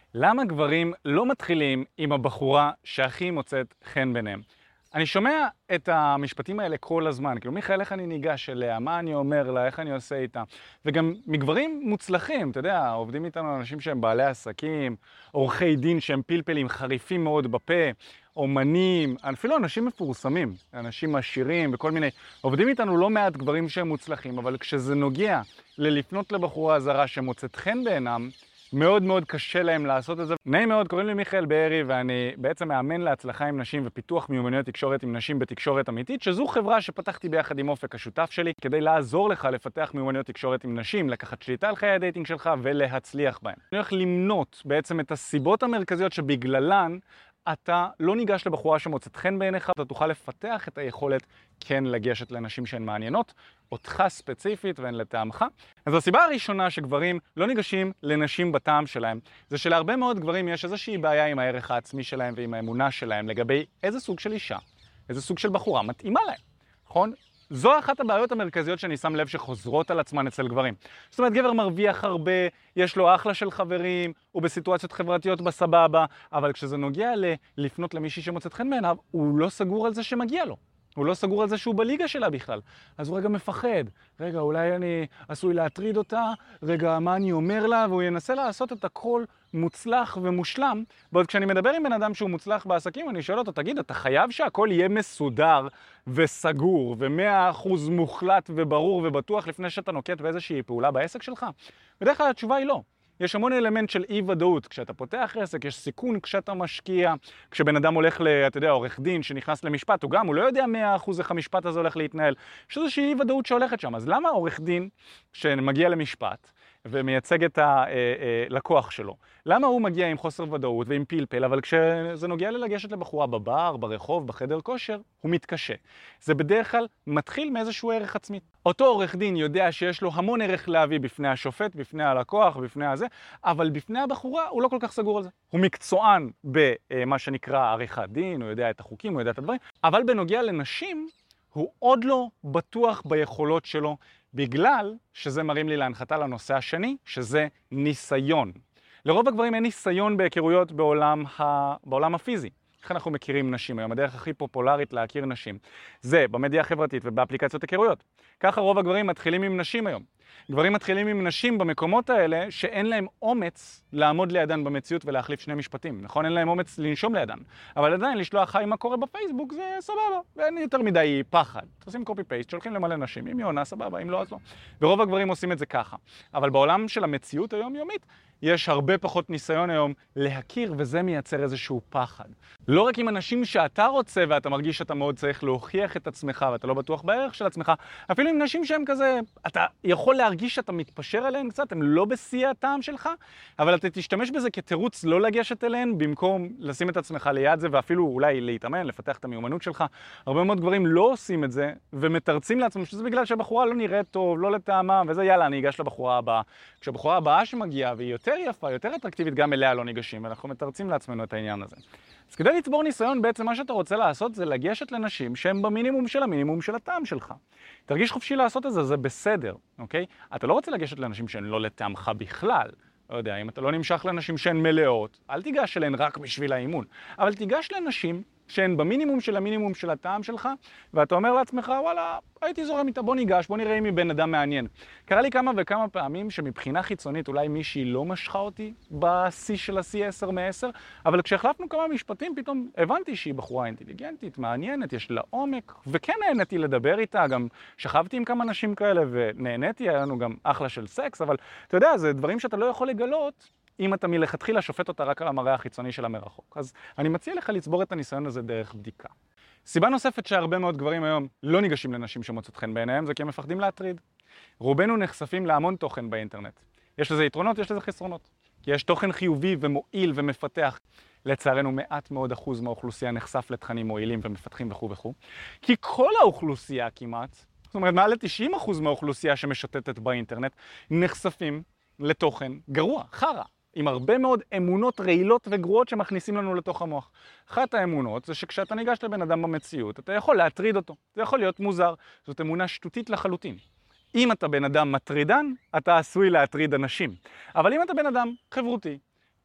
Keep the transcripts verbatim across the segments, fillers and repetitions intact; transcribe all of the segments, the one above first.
למה גברים לא מתחילים עם הבחורה שהכי מוצאת חן ביניהם? אני שומע את המשפטים האלה כל הזמן, כאילו מיכאל, איך אני ניגש אליה, מה אני אומר לה, איך אני עושה איתה, וגם מגברים מוצלחים, אתה יודע, עובדים איתנו אנשים שהם בעלי עסקים, עורכי דין שהם פלפלים חריפים מאוד בפה, אומנים, אפילו אנשים מפורסמים, אנשים עשירים וכל מיני, עובדים איתנו לא מעט גברים שהם מוצלחים, אבל כשזה נוגע ללפנות לבחורה זרה שמוצאת חן בעינם, מאוד מאוד קשה להם לעשות את זה. נעים מאוד, קוראים לי מיכאל בארי ואני בעצם מאמן להצלחה עם נשים ופיתוח מיומנויות תקשורת עם נשים בתקשורת אמיתית, שזו חברה שפתחתי ביחד עם אופק השותף שלי כדי לעזור לך לפתח מיומנויות תקשורת עם נשים, לקחת שליטה על חיי הדייטינג שלך ולהצליח בהם. אני הולך למנות בעצם את הסיבות המרכזיות שבגללן אתה לא ניגש לבחורה שמוצאת חן בעיניך, אתה תוכל לפתח את היכולת כן לגשת לנשים שהן מעניינות, אותך ספציפית והן לטעמך. אז הסיבה הראשונה שגברים לא ניגשים לנשים בטעם שלהם, זה שלהרבה מאוד גברים יש איזושהי בעיה עם הערך העצמי שלהם ועם האמונה שלהם לגבי איזה סוג של אישה, איזה סוג של בחורה מתאימה להם, נכון? זו אחת הבעיות המרכזיות שאני שם לב שחוזרות על עצמן אצל גברים. זאת אומרת, גבר מרוויח הרבה, יש לו אחלה של חברים, הוא בסיטואציות חברתיות בסבבה, אבל כשזה נוגע ל- לפנות למישהי שמוצאת חן בעיניו, הוא לא סגור על זה שמגיע לו. הוא לא סגור על זה שהוא בליגה שלה בכלל. אז הוא רגע מפחד. רגע, אולי אני עשוי להטריד אותה, רגע, מה אני אומר לה, והוא ינסה לעשות את הכל מוצלח ומושלם. בעוד כשאני מדבר עם בן אדם שהוא מוצלח בעסקים, אני שואל אותו, תגיד, אתה חייב שהכל יהיה מסודר וסגור, ומאה אחוז מוחלט וברור ובטוח לפני שאתה נוקט באיזושהי פעולה בעסק שלך? בדרך כלל התשובה היא לא. יש המון אלמנט של אי ודאות. כשאתה פותח עסק, יש סיכון כשאתה משקיע. כשבן אדם הולך ל, אתה יודע, עורך דין שנכנס למשפט, הוא גם, הוא לא יודע מאה אחוז איך המשפט הזה הולך להתנהל. יש איזושהי אי ודאות שהולכת שם. אז למה עורך דין שמגיע למשפט ומייצג את הלקוח שלו, למה הוא מגיע עם חוסר ודאות ועם פלפל, אבל כשזה נוגע ללגשת לבחורה בבר, ברחוב, בחדר כושר, הוא מתקשה. זה בדרך כלל מתחיל מאיזשהו ערך עצמי. אותו עורך דין יודע שיש לו המון ערך להביא בפני השופט, בפני הלקוח, בפני הזה, אבל בפני הבחורה הוא לא כל כך סגור על זה. הוא מקצוען במה שנקרא עריכת דין, הוא יודע את החוקים, הוא יודע את הדברים, אבל בנוגע לנשים, הוא עוד לא בטוח ביכולות שלו, בגלל שזה מרים לי להנחתה לנושא השני, שזה ניסיון. לרוב הגברים אין ניסיון בהיכרויות בעולם, ה... בעולם הפיזי. איך אנחנו מכירים נשים היום? הדרך הכי פופולרית להכיר נשים זה במדיה החברתית ובאפליקציות היכרויות. ככה רוב הגברים מתחילים עם נשים היום. גברים מתחילים עם נשים במקומות האלה שאין להם אומץ לעמוד לידן במציאות ולהחליף שני משפטים. נכון? אין להם אומץ לנשום לידן. אבל עדיין לשלוח חי מה קורה בפייסבוק זה סבבה. ואין יותר מדי פחד. תעשים קופי פייסט, שולחים למלא נשים. אם היא עונה סבבה, אם לא אז לא. ורוב הגברים עושים את זה ככה. אבל בעולם של המציאות היומיומית יש הרבה פחות ניסיון היום להכיר, וזה מייצר איזשהו פחד. לא רק עם אנשים שאתה רוצה ואתה מרגיש שאתה מאוד צריך להוכיח את עצמך ואתה לא בטוח בערך של עצמך, אפילו עם נשים שהם כזה, אתה יכול להרגיש שאתה מתפשר עליהן קצת, הם לא בשיא הטעם שלך, אבל אתה תשתמש בזה כתירוץ לא לגשת אליהן, במקום לשים את עצמך ליד זה ואפילו אולי להתאמן, לפתח את המיומנות שלך. הרבה מאוד גברים לא עושים את זה ומתרצים לעצמם שזה בגלל שהבחורה לא נראית טוב, לא לטעמה, וזה יאללה, אני אגש לבחורה הבאה. כשהבחורה הבאה שמגיעה והיא יותר יפה, יותר אטרקטיבית, גם אליה לא ניגשים, ואנחנו מתרצים לעצמנו את העניין הזה. אז כדי לצבור ניסיון, בעצם מה שאתה רוצה לעשות זה לגשת לנשים שהן במינימום של המינימום של הטעם שלך. תרגיש חופשי לעשות את זה, זה בסדר, אוקיי? אתה לא רוצה לגשת לנשים שהן לא לטעמך בכלל. לא יודע, אם אתה לא נמשך לנשים שהן מלאות, אל תיגש אליהן רק בשביל האימון. אבל תיגש לנשים שהן במינימום של המינימום של הטעם שלך, ואתה אומר לעצמך, וואלה, הייתי זורם איתה, בוא ניגש, בוא נראה אם היא בן אדם מעניין. קרה לי כמה וכמה פעמים שמבחינה חיצונית אולי מישהי לא משכה אותי ב-C של ה-C עשר מ-עשר, אבל כשהחלפנו כמה משפטים פתאום הבנתי שהיא בחורה אינטליגנטית, מעניינת, יש לה עומק, וכן נהניתי לדבר איתה, גם שכבתי עם כמה נשים כאלה ונהניתי, היה לנו גם אחלה של סקס, אבל אתה יודע, זה דברים שאתה לא יכול לגלות, אם אתה מלכתחילה שופט אותה רק על המראה החיצוני שלה מרחוק. אז אני מציע לך לצבור את הניסיון הזה דרך בדיקה. סיבה נוספת שהרבה מאוד גברים היום לא ניגשים לנשים שמוצאות חן בעיניהם, זה כי הם מפחדים להטריד. רובנו נחשפים להמון תוכן באינטרנט. יש לזה יתרונות, יש לזה חסרונות. כי יש תוכן חיובי ומועיל ומפתח. לצערנו מעט מאוד אחוז מהאוכלוסייה נחשף לתכנים מועילים ומפתחים וכו' וכו'. כי כל האוכלוסייה כמעט, זאת אומרת מעל ל-תשעים אחוז מהאוכלוסייה שמשוטטת באינטרנט, נחשפים לתוכן גרוע, חרא. עם הרבה מאוד אמונות רעילות וגרועות שמכניסים לנו לתוך המוח. אחת האמונות זה שכשאתה ניגש לבן אדם במציאות, אתה יכול להטריד אותו. זה יכול להיות מוזר. זאת אמונה שטותית לחלוטין. אם אתה בן אדם מטרידן, אתה עשוי להטריד אנשים. אבל אם אתה בן אדם חברותי,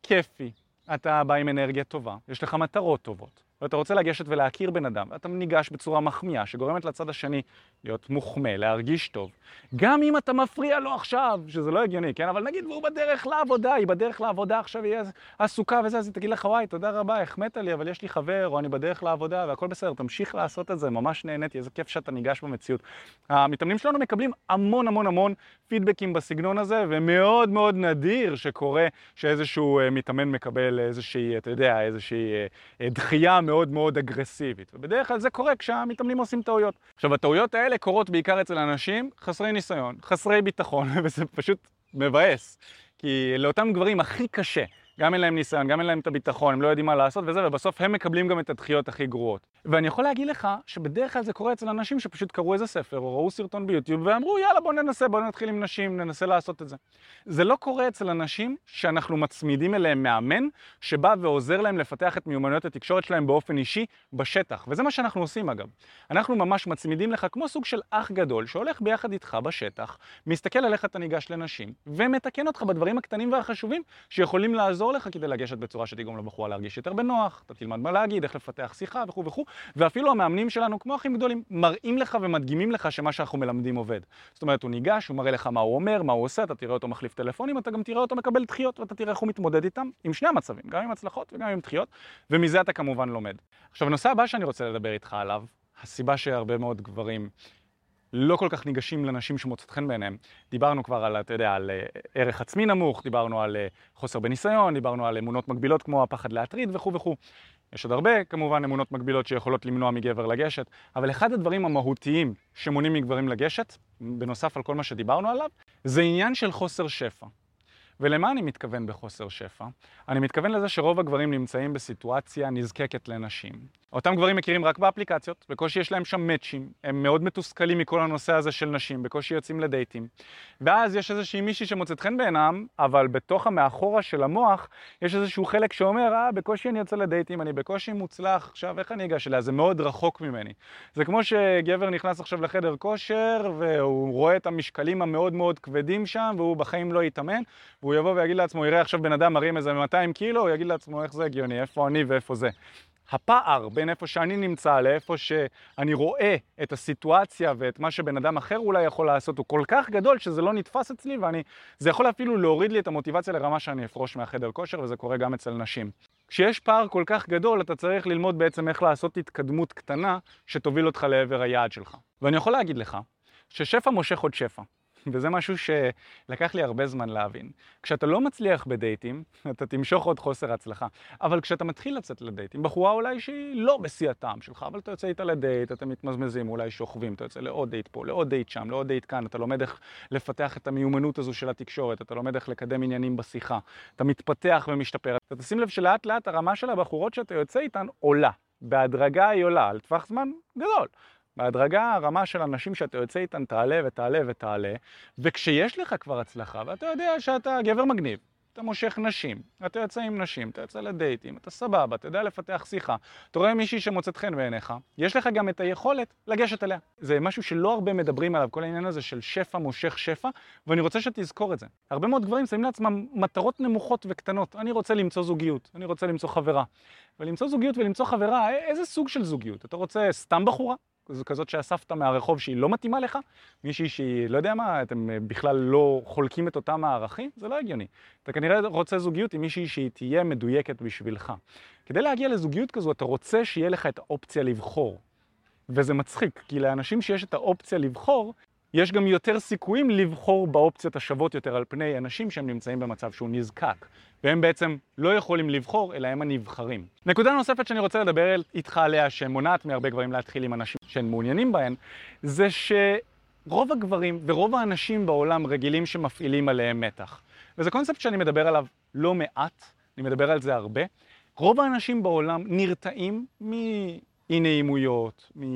כיפי, אתה בא עם אנרגיה טובה, יש לך מטרות טובות, ואתה רוצה לגשת ולהכיר בן אדם, ואתה ניגש בצורה מחמיאה, שגורמת לצד השני להיות מוחמא, להרגיש טוב. גם אם אתה מפריע לו עכשיו, שזה לא הגיוני, כן? אבל נגיד, והוא בדרך לעבודה, היא בדרך לעבודה, עכשיו היא עסוקה וזה, אז היא תגיד לך, וואי, תודה רבה, החמאת לי, אבל יש לי חבר, או אני בדרך לעבודה, והכל בסדר, תמשיך לעשות את זה, ממש נהניתי, איזה כיף שאתה ניגש במציאות. המתאמנים שלנו מקבלים המון המון המון פידבקים בסגנון הזה, ומאוד מאוד נדיר שקורה שאיזשהו מתאמן מקבל איזושהי, אתה יודע, איזושהי דחייה מאוד מאוד אגרסיבית. ובדרך כלל זה קורה כשהמתאמנים עושים טעויות. עכשיו, הטעויות האלה קורות בעיקר אצל אנשים חסרי ניסיון, חסרי ביטחון, וזה פשוט מבאס. כי לאותם גברים הכי קשה, גם אין להם ניסיון, גם אין להם את הביטחון, הם לא יודעים מה לעשות וזה, ובסוף הם מקבלים גם את הדחיות הכי גרועות. ואני יכול להגיד לך שבדרך כלל זה קורה אצל אנשים שפשוט קראו איזה ספר או ראו סרטון ביוטיוב ואמרו, יאללה, בוא ננסה, בוא נתחיל עם נשים, ננסה לעשות את זה. זה לא קורה אצל אנשים שאנחנו מצמידים אליהם מאמן, שבא ועוזר להם לפתח את מיומנויות התקשורת שלהם באופן אישי בשטח. וזה מה שאנחנו עושים אגב. אנחנו ממש מצמידים לך כמו סוג של אח גדול שהולך ביחד איתך בשטח, מסתכל על איך אתה ניגש לנשים, ומתקן אותך בדברים הקטנים והחשובים שיכולים לעזור לך כדי לגשת בצורה שתגרום לבחורה להרגיש יותר בנוח, אתה תלמד מה להגיד, איך לפתח שיחה וכו' וכו', ואפילו המאמנים שלנו, כמו אחים גדולים, מראים לך ומדגימים לך שמה שאנחנו מלמדים עובד. זאת אומרת, הוא ניגש, הוא מראה לך מה הוא אומר, מה הוא עושה, אתה תראה אותו מחליף טלפונים, אתה גם תראה אותו מקבל דחיות, ואתה תראה איך הוא מתמודד איתם, עם שני המצבים, גם עם הצלחות וגם עם דחיות, ומזה אתה כמובן לומד. עכשיו, הנושא הבא שאני רוצה לדבר איתך עליו, הסיבה שהרבה מאוד גברים לא כל כך ניגשים לנשים שמוצאת חן בעיניהם. דיברנו כבר על, אתה יודע, על ערך עצמי נמוך, דיברנו על חוסר בניסיון, דיברנו על אמונות מגבילות כמו הפחד להטריד וכו' וכו'. יש עוד הרבה, כמובן, אמונות מגבילות שיכולות למנוע מגבר לגשת, אבל אחד הדברים המהותיים שמונעים מגברים לגשת, בנוסף על כל מה שדיברנו עליו, זה עניין של חוסר שפע. ולמה אני מתכוון בחוסר שפע? אני מתכוון לזה שרוב הגברים נמצאים בסיטואציה נזקקת לנשים. אותם גברים מכירים רק באפליקציות, בקושי יש להם שם מאצ'ים, הם מאוד מתוסכלים מכל הנושא הזה של נשים, בקושי יוצאים לדייטים. ואז יש איזושהי מישהי שמוצאת חן בעינם, אבל בתוך המאחורה של המוח, יש איזשהו חלק שאומר, אה, בקושי אני יוצא לדייטים, אני בקושי מוצלח, עכשיו איך אני אגש אליה? זה מאוד רחוק ממני. זה כמו שגבר נכנס עכשיו לחדר כושר, והוא רואה את המשקלים המאוד מאוד כבדים שם, והוא בחיים לא יתאמן, והוא יבוא ויגיד לעצמו, יראה עכשיו בן אדם מרים איזה מאתיים קילו, הוא יגיד לעצמו איך זה הגיוני, איפה אני ואיפה זה. הפער בין איפה שאני נמצא לאיפה שאני רואה את הסיטואציה ואת מה שבן אדם אחר אולי יכול לעשות הוא כל כך גדול שזה לא נתפס אצלי, ואני, זה יכול אפילו להוריד לי את המוטיבציה לרמה שאני אפרוש מהחדר כושר, וזה קורה גם אצל נשים. כשיש פער כל כך גדול אתה צריך ללמוד בעצם איך לעשות התקדמות קטנה שתוביל אותך לעבר היעד שלך. ואני יכול להגיד לך ששפע מושך עוד שפע. וזה משהו שלקח לי הרבה זמן להבין. כשאתה לא מצליח בדייטים, אתה תמשוך עוד חוסר הצלחה. אבל כשאתה מתחיל לצאת לדייטים, בחורה אולי שהיא לא בשיא הטעם שלך, אבל אתה יוצא איתה לדייט, אתם מתמזמזים, אולי שוכבים, אתה יוצא לעוד דייט פה, לעוד דייט שם, לעוד דייט כאן, אתה לומד איך לפתח את המיומנות הזו של התקשורת, אתה לומד איך לקדם עניינים בשיחה, אתה מתפתח ומשתפר. אתה תשים לב שלאט לאט הרמה של הבחורות שאתה יוצא איתן עולה. בהדרגה היא עולה, על טווח זמן גדול. בהדרגה הרמה של אנשים שאתה יוצא איתן תעלה ותעלה ותעלה, וכשיש לך כבר הצלחה, ואתה יודע שאתה גבר מגניב, אתה מושך נשים, אתה יוצא עם נשים, אתה יוצא לדייטים, אתה סבבה, אתה יודע לפתח שיחה, אתה רואה מישהי שמוצאת חן בעיניך, יש לך גם את היכולת לגשת אליה. זה משהו שלא הרבה מדברים עליו, כל העניין הזה של שפע מושך שפע, ואני רוצה שתזכור את זה. הרבה מאוד גברים שמים לעצמם מטרות נמוכות וקטנות. אני רוצה למצוא זוגיות, אני רוצה למצוא חברה. ולמצוא זוגיות ולמצוא חברה, איזה סוג של זוגיות? אתה רוצה סתם בחורה? כזאת שאספת מהרחוב שהיא לא מתאימה לך, מישהי שהיא, לא יודע מה, אתם בכלל לא חולקים את אותם הערכים, זה לא הגיוני. אתה כנראה רוצה זוגיות עם מישהי שהיא תהיה מדויקת בשבילך. כדי להגיע לזוגיות כזו, אתה רוצה שיהיה לך את האופציה לבחור. וזה מצחיק, כי לאנשים שיש את האופציה לבחור, יש גם יותר סיכויים לבחור באופציות השוות יותר על פני אנשים שהם נמצאים במצב שהוא נזקק. והם בעצם לא יכולים לבחור, אלא הם הנבחרים. נקודה נוספת שאני רוצה לדבר איתך עליה, שמונעת מהרבה גברים להתחיל עם אנשים שהם מעוניינים בהן, זה שרוב הגברים ורוב האנשים בעולם רגילים שמפעילים עליהם מתח. וזה קונספט שאני מדבר עליו לא מעט, אני מדבר על זה הרבה. רוב האנשים בעולם נרתעים מאי נעימויות, מ...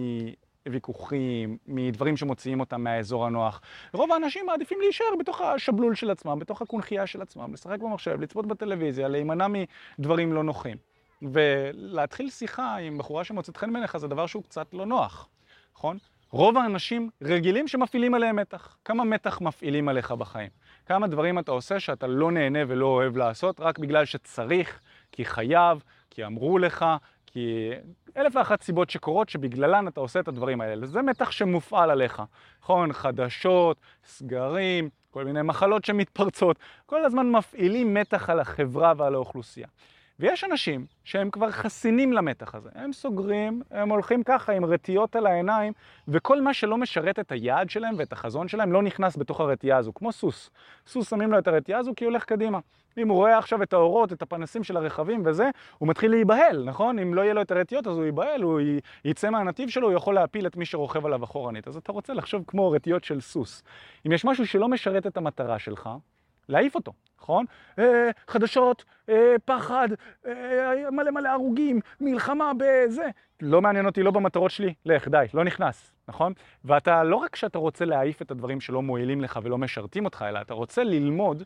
ויכוחים, מדברים שמוציאים אותם מהאזור הנוח. רוב האנשים מעדיפים להישאר בתוך השבלול של עצמם, בתוך הקונחייה של עצמם, לשחק במחשב, לצפות בטלוויזיה, להימנע מדברים לא נוחים. ולהתחיל שיחה עם בחורה שמוצאת חן בעיניך זה דבר שהוא קצת לא נוח, נכון? רוב האנשים רגילים שמפעילים עליהם מתח. כמה מתח מפעילים עליך בחיים? כמה דברים אתה עושה שאתה לא נהנה ולא אוהב לעשות רק בגלל שצריך, כי חייב, כי אמרו לך, כי אלף ואחת סיבות שקורות שבגללן אתה עושה את הדברים האלה. זה מתח שמופעל עליך. נכון, חדשות, סגרים, כל מיני מחלות שמתפרצות. כל הזמן מפעילים מתח על החברה ועל האוכלוסייה. ויש אנשים שהם כבר חסינים למתח הזה. הם סוגרים, הם הולכים ככה עם רטיות על העיניים, וכל מה שלא משרת את היעד שלהם ואת החזון שלהם לא נכנס בתוך הרטייה הזו, כמו סוס. סוס שמים לו את הרטייה הזו כי הוא הולך קדימה. אם הוא רואה עכשיו את האורות, את הפנסים של הרכבים וזה, הוא מתחיל להיבהל, נכון? אם לא יהיה לו את הרטיות, אז הוא ייבהל, הוא יצא מהנתיב שלו, הוא יכול להפיל את מי שרוכב עליו אחורנית. אז אתה רוצה לחשוב כמו רטיות של סוס. אם יש משהו שלא משרת את המטרה שלך, להעיף אותו, נכון? אה, חדשות, אה, פחד, אה, מלא מלא הרוגים, מלחמה בזה. לא מעניין אותי, לא במטרות שלי, לך, די, לא נכנס, נכון? ואתה, לא רק שאתה רוצה להעיף את הדברים שלא מועילים לך ולא משרתים אותך, אלא אתה רוצה ללמוד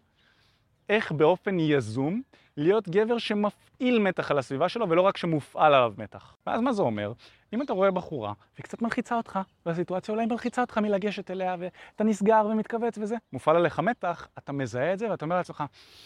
איך באופן יזום להיות גבר שמפעיל מתח על הסביבה שלו ולא רק שמופעל עליו מתח. ואז מה זה אומר? אם אתה רואה בחורה וקצת מלחיצה אותך, והסיטואציה אולי מלחיצה אותך מלגשת אליה ואתה נסגר ומתכווץ וזה, מופעל עליך מתח, אתה מזהה את זה ואתה אומר לעצמך,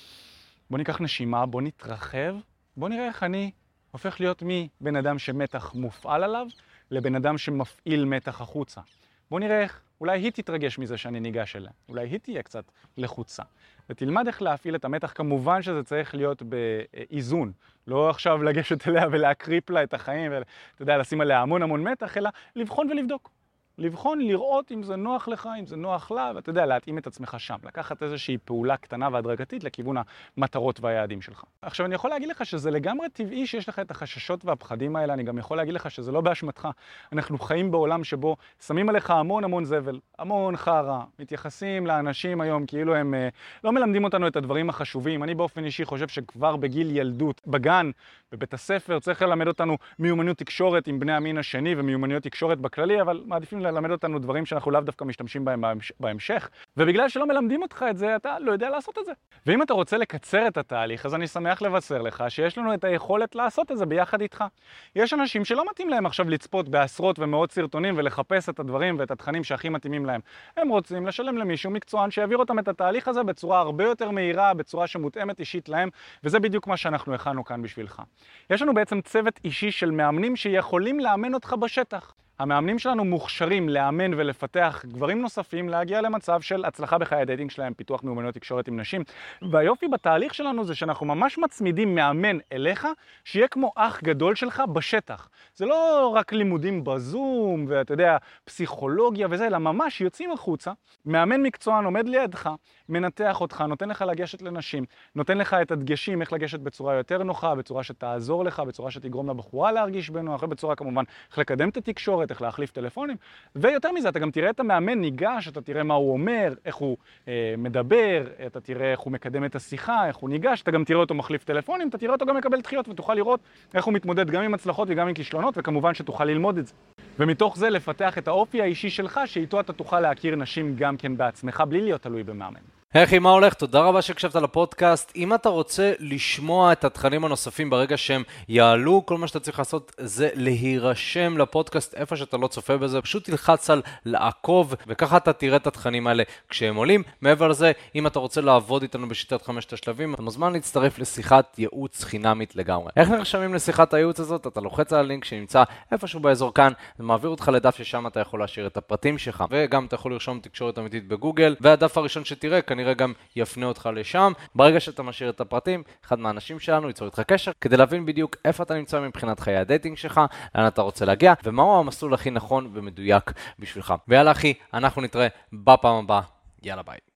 בוא ניקח נשימה, בוא נתרחב, בוא נראה איך אני הופך להיות מבן אדם שמתח מופעל עליו לבן אדם שמפעיל מתח החוצה. בוא נראה איך, אולי היא תתרגש מזה שאני ניגש אליה, אולי היא תהיה קצת לחוצה. ותלמד איך להפעיל את המתח, כמובן שזה צריך להיות באיזון, לא עכשיו לגשת אליה ולהקריפ לה את החיים, ואתה יודע, לשים עליה המון המון מתח, אלא לבחון ולבדוק. לבחון, לראות אם זה נוח לך, אם זה נוח לה, ואתה יודע, להתאים את עצמך שם, לקחת איזושהי פעולה קטנה והדרגתית לכיוון המטרות והיעדים שלך. עכשיו, אני יכול להגיד לך שזה לגמרי טבעי שיש לך את החששות והפחדים האלה, אני גם יכול להגיד לך שזה לא באשמתך. אנחנו חיים בעולם שבו שמים עליך המון המון זבל, המון חרא, מתייחסים לאנשים היום כאילו הם אה, לא מלמדים אותנו את הדברים החשובים. אני באופן אישי חושב שכבר בגיל ילדות, בגן, בבית הספר, צריך ללמד אותנו מיומנות תקשורת עם בני המין השני ומיומנויות תקשורת בכללי, אבל מעדיפים ללמד אותנו דברים שאנחנו לאו דווקא משתמשים בהם בהמשך, ובגלל שלא מלמדים אותך את זה, אתה לא יודע לעשות את זה. ואם אתה רוצה לקצר את התהליך, אז אני שמח לבשר לך שיש לנו את היכולת לעשות את זה ביחד איתך. יש אנשים שלא מתאים להם עכשיו לצפות בעשרות ומאות סרטונים ולחפש את הדברים ואת התכנים שהכי מתאימים להם. הם רוצים לשלם למישהו מקצוען שיעביר אותם את התהליך הזה בצורה הרבה יותר מהירה, בצורה שמותאמת אישית להם, וזה בדיוק מה שאנחנו הכנו כאן בשבילך. יש לנו בעצם צוות אישי של מאמנים שיכולים לאמן אותך בשטח. המאמנים שלנו מוכשרים לאמן ולפתח גברים נוספים להגיע למצב של הצלחה בחיי הדייטינג שלהם, פיתוח מיומנויות תקשורת עם נשים. והיופי בתהליך שלנו זה שאנחנו ממש מצמידים מאמן אליך, שיהיה כמו אח גדול שלך בשטח. זה לא רק לימודים בזום ואתה יודע, פסיכולוגיה וזה, אלא ממש יוצאים החוצה, מאמן מקצוען עומד לידך, מנתח אותך, נותן לך לגשת לנשים, נותן לך את הדגשים איך לגשת בצורה יותר נוחה, בצורה שתעזור לך, בצורה שתגרום לבחורה להרגיש בנוח, בצורה כמובן איך לקדם את התקשורת, איך להחליף טלפונים, ויותר מזה, אתה גם תראה את המאמן ניגש, אתה תראה מה הוא אומר, איך הוא אה, מדבר, אתה תראה איך הוא מקדם את השיחה, איך הוא ניגש, אתה גם תראה אותו מחליף טלפונים, אתה תראה אותו גם מקבל דחיות, ותוכל לראות איך הוא מתמודד גם עם הצלחות וגם עם כישלונות, וכמובן שתוכל ללמוד את זה. ומתוך זה לפתח את האופי האישי שלך, שאיתו אתה תוכל להכיר נשים גם כן בעצמך, בלי להיות תלוי במאמן. היי אחי, מה הולך? תודה רבה שהקשבת לפודקאסט. אם אתה רוצה לשמוע את התכנים הנוספים ברגע שהם יעלו, כל מה שאתה צריך לעשות זה להירשם לפודקאסט איפה שאתה לא צופה בזה. פשוט תלחץ על לעקוב, וככה אתה תראה את התכנים האלה כשהם עולים. מעבר לזה, אם אתה רוצה לעבוד איתנו בשיטת חמשת השלבים, אתה מוזמן להצטרף לשיחת ייעוץ חינמית לגמרי. איך נרשמים לשיחת הייעוץ הזאת? אתה לוחץ על הלינק שנמצא איפשהו באזור כאן, זה מעביר אותך לדף ששם אתה יכול להשאיר את הפרטים שלך, וגם אתה יכול לרשום תקשורת אמיתית בגוגל, והדף הראשון שתראה כנראה גם יפנה אותך לשם. ברגע שאתה משאיר את הפרטים, אחד מהאנשים שלנו ייצור איתך קשר כדי להבין בדיוק איפה אתה נמצא מבחינת חיי הדייטינג שלך, לאן אתה רוצה להגיע, ומהו המסלול הכי נכון ומדויק בשבילך. ויאללה אחי, אנחנו נתראה בפעם הבאה. יאללה ביי.